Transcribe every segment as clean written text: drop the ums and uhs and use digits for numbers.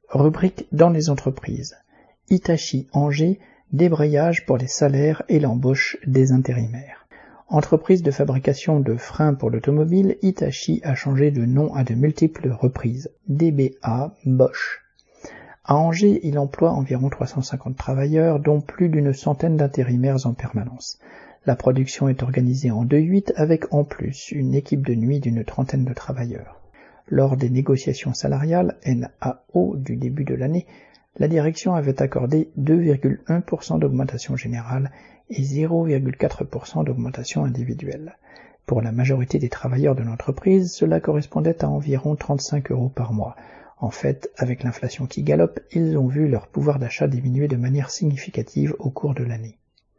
Rubrique dans les entreprises. Hitachi Angers, débrayage pour les salaires et l'embauche des intérimaires. Entreprise de fabrication de freins pour l'automobile, Hitachi a changé de nom à de multiples reprises. DBA Bosch. À Angers, il emploie environ 350 travailleurs, dont plus d'une centaine d'intérimaires en permanence. La production est organisée en 2-8 avec en plus une équipe de nuit d'une trentaine de travailleurs. Lors des négociations salariales NAO du début de l'année, la direction avait accordé 2,1% d'augmentation générale et 0,4% d'augmentation individuelle. Pour la majorité des travailleurs de l'entreprise, cela correspondait à environ 35 € par mois. En fait, avec l'inflation qui galope, ils ont vu leur pouvoir d'achat diminuer de manière significative au cours de l'année.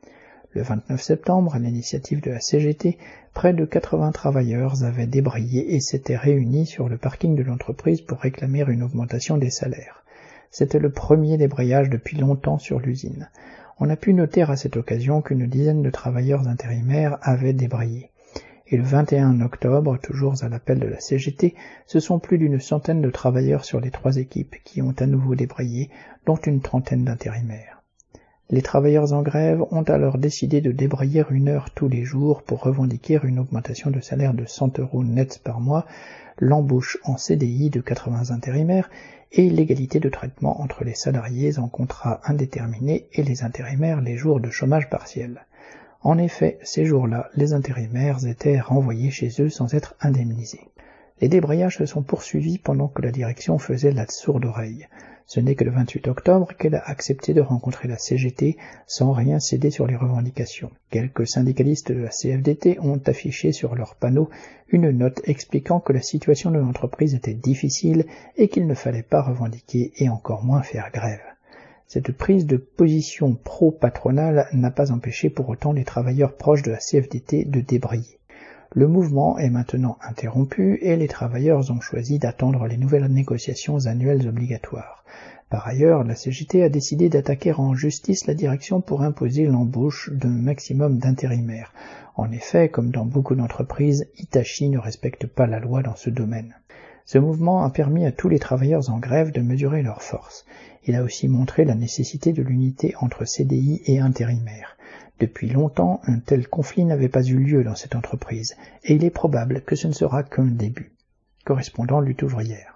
Le 29 septembre, à l'initiative de la CGT, près de 80 travailleurs avaient débrayé et s'étaient réunis sur le parking de l'entreprise pour réclamer une augmentation des salaires. C'était le premier débrayage depuis longtemps sur l'usine. On a pu noter à cette occasion qu'une dizaine de travailleurs intérimaires avaient débrayé. Et le 21 octobre, toujours à l'appel de la CGT, ce sont plus d'une centaine de travailleurs sur les 3 équipes qui ont à nouveau débrayé, dont une trentaine d'intérimaires. Les travailleurs en grève ont alors décidé de débrayer 1 heure tous les jours pour revendiquer une augmentation de salaire de 100 € nets par mois, l'embauche en CDI de 80 intérimaires et l'égalité de traitement entre les salariés en contrat indéterminé et les intérimaires les jours de chômage partiel. En effet, ces jours-là, les intérimaires étaient renvoyés chez eux sans être indemnisés. Les débrayages se sont poursuivis pendant que la direction faisait la sourde oreille. Ce n'est que le 28 octobre qu'elle a accepté de rencontrer la CGT sans rien céder sur les revendications. Quelques syndicalistes de la CFDT ont affiché sur leurs panneaux une note expliquant que la situation de l'entreprise était difficile et qu'il ne fallait pas revendiquer et encore moins faire grève. Cette prise de position pro-patronale n'a pas empêché pour autant les travailleurs proches de la CFDT de débrayer. Le mouvement est maintenant interrompu et les travailleurs ont choisi d'attendre les nouvelles négociations annuelles obligatoires. Par ailleurs, la CGT a décidé d'attaquer en justice la direction pour imposer l'embauche d'un maximum d'intérimaires. En effet, comme dans beaucoup d'entreprises, Hitachi ne respecte pas la loi dans ce domaine. Ce mouvement a permis à tous les travailleurs en grève de mesurer leurs forces. Il a aussi montré la nécessité de l'unité entre CDI et intérimaires. Depuis longtemps, un tel conflit n'avait pas eu lieu dans cette entreprise, et il est probable que ce ne sera qu'un début. Correspondant Lutte ouvrière.